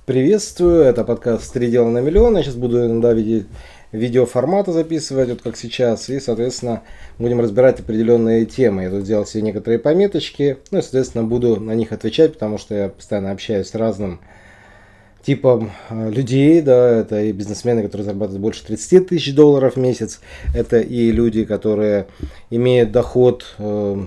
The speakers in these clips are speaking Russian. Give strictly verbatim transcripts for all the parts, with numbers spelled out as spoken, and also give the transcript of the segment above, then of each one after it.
Приветствую, это подкаст «Три дела на миллион». Я сейчас буду иногда виде- видеоформата записывать, вот как сейчас, и, соответственно, будем разбирать определенные темы. Я тут сделал себе некоторые пометочки, ну и, соответственно, буду на них отвечать, потому что я постоянно общаюсь с разным типом э, людей, да, это и бизнесмены, которые зарабатывают больше тридцати тысяч долларов в месяц, это и люди, которые имеют доход э,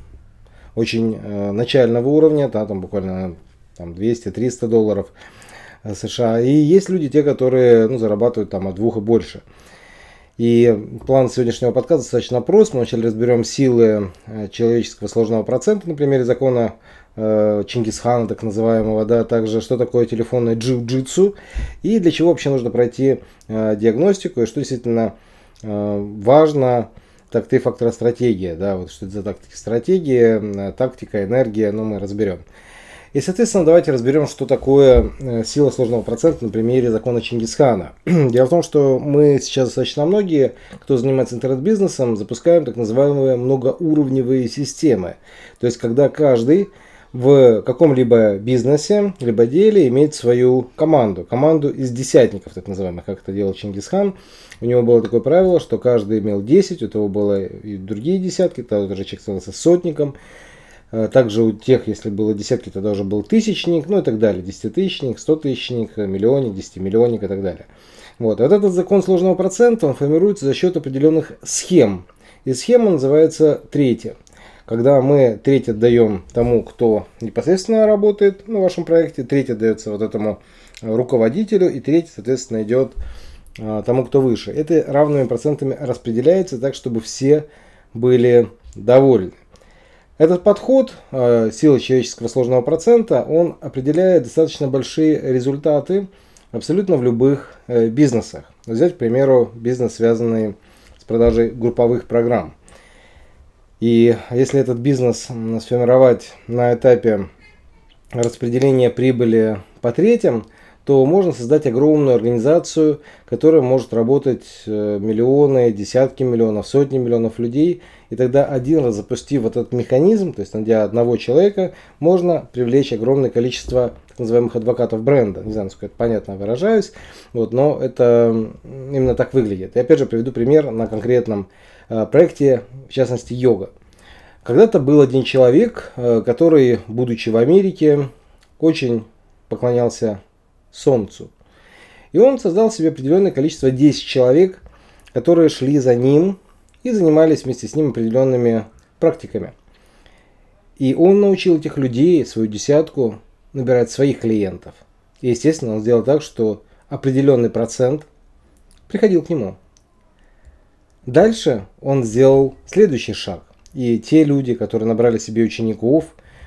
очень э, начального уровня, да, там буквально там двести-триста долларов США. И есть люди, те, которые ну, зарабатывают там от двух и больше. И план сегодняшнего подкаста достаточно прост. Мы вначале разберем силы человеческого сложного процента на примере закона э, Чингисхана, так называемого, да, также что такое телефонное джиу-джитсу и для чего вообще нужно пройти э, диагностику и что действительно э, важно. Так, три фактора стратегии, да, вот что это за тактики, стратегия, тактика, энергия, ну мы разберем. И, соответственно, давайте разберем, что такое сила сложного процента на примере закона Чингисхана. Дело в том, что мы сейчас достаточно многие, кто занимается интернет-бизнесом, запускаем так называемые многоуровневые системы. То есть, когда каждый в каком-либо бизнесе, либо деле имеет свою команду. Команду из десятников, так называемых, как это делал Чингисхан. У него было такое правило, что каждый имел десять, у того было и другие десятки, тогда уже человек становился сотником. Также у тех, если было десятки, тогда уже был тысячник, ну и так далее. Десятитысячник, стотысячник, миллионник, десятимиллионник и так далее. Вот. А вот этот закон сложного процента, он формируется за счет определенных схем. И схема называется третья. Когда мы треть отдаем тому, кто непосредственно работает на вашем проекте, треть отдается вот этому руководителю, и треть, соответственно, идет тому, кто выше. Это равными процентами распределяется так, чтобы все были довольны. Этот подход, сила человеческого сложного процента, он определяет достаточно большие результаты абсолютно в любых бизнесах. Взять, к примеру, бизнес, связанный с продажей групповых программ. И если этот бизнес сформировать на этапе распределения прибыли по третьим, то можно создать огромную организацию, которая может работать миллионы, десятки миллионов, сотни миллионов людей. И тогда один раз запустив вот этот механизм, то есть найдя одного человека, можно привлечь огромное количество так называемых адвокатов бренда. Не знаю, насколько это понятно выражаюсь, вот, но это именно так выглядит. И опять же приведу пример на конкретном проекте, в частности йога. Когда-то был один человек, который, будучи в Америке, очень поклонялся Солнцу. И он создал себе определенное количество десять человек, которые шли за ним и занимались вместе с ним определенными практиками. И он научил этих людей, свою десятку, набирать своих клиентов. И, естественно, он сделал так, что определенный процент приходил к нему. Дальше он сделал следующий шаг. И те люди, которые набрали себе учеников,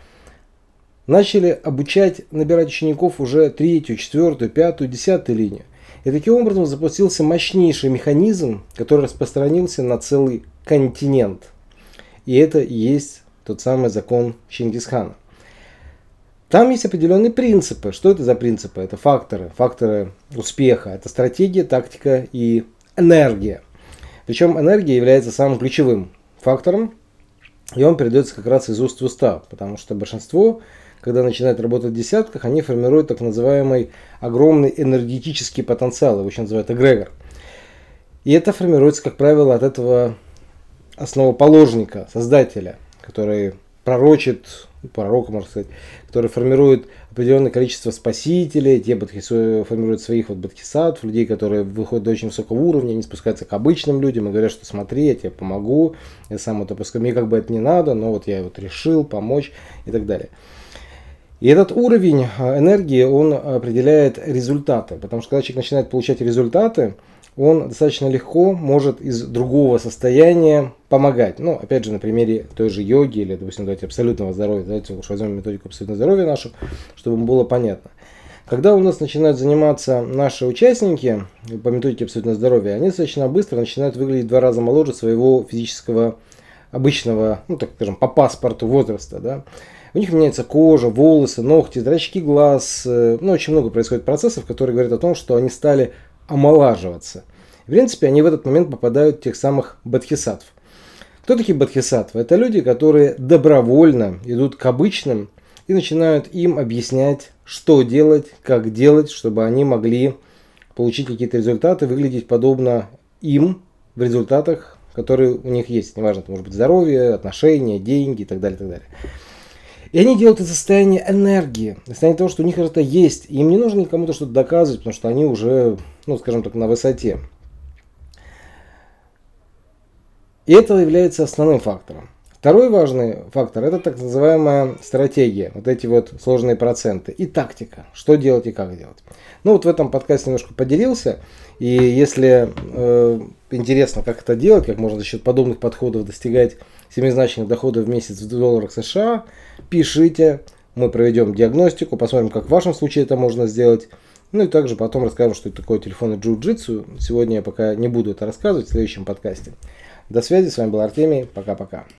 начали обучать, набирать учеников уже третью, четвертую, пятую, десятую линию. И таким образом запустился мощнейший механизм, который распространился на целый континент. И это и есть тот самый закон Чингисхана. Там есть определенные принципы. Что это за принципы? Это факторы, факторы успеха. Это стратегия, тактика и энергия. Причем энергия является самым ключевым фактором. И он передается как раз из уст в уста. Потому что большинство, когда начинают работать в десятках, они формируют так называемый огромный энергетический потенциал. Его еще называют эгрегор. И это формируется, как правило, от этого основоположника, создателя, который пророчит, пророка, можно сказать, который формирует определенное количество спасителей, те формируют своих вот бодхисаттв, людей, которые выходят до очень высокого уровня, они спускаются к обычным людям и говорят, что смотри, я тебе помогу, я сам это пускаю, мне как бы это не надо, но вот я вот решил помочь и так далее. И этот уровень энергии, он определяет результаты, потому что когда человек начинает получать результаты, он достаточно легко может из другого состояния помогать. Ну, опять же, на примере той же йоги или, допустим, давайте абсолютного здоровья, давайте уж возьмем методику абсолютного здоровья нашу, чтобы было понятно. Когда у нас начинают заниматься наши участники по методике абсолютного здоровья, они достаточно быстро начинают выглядеть в два раза моложе своего физического, обычного, ну, так скажем, по паспорту возраста, да. У них меняется кожа, волосы, ногти, зрачки глаз. Ну, очень много происходит процессов, которые говорят о том, что они стали омолаживаться. В принципе, они в этот момент попадают в тех самых бодхисаттв. Кто такие бодхисаттвы? Это люди, которые добровольно идут к обычным и начинают им объяснять, что делать, как делать, чтобы они могли получить какие-то результаты, выглядеть подобно им в результатах, которые у них есть. Неважно, это может быть здоровье, отношения, деньги и так далее, и так далее. И они делают это состояние энергии, состояние того, что у них это есть. И им не нужно никому-то что-то доказывать, потому что они уже, ну, скажем так, на высоте. И это является основным фактором. Второй важный фактор – это так называемая стратегия, вот эти вот сложные проценты и тактика, что делать и как делать. Ну вот в этом подкасте немножко поделился, и если э, интересно, как это делать, как можно за счет подобных подходов достигать семизначных доходов в месяц в долларах США, пишите, мы проведем диагностику, посмотрим, как в вашем случае это можно сделать. Ну и также потом расскажем, что это такое телефонный джиу-джитсу. Сегодня я пока не буду это рассказывать в следующем подкасте. До связи, с вами был Артемий, пока-пока.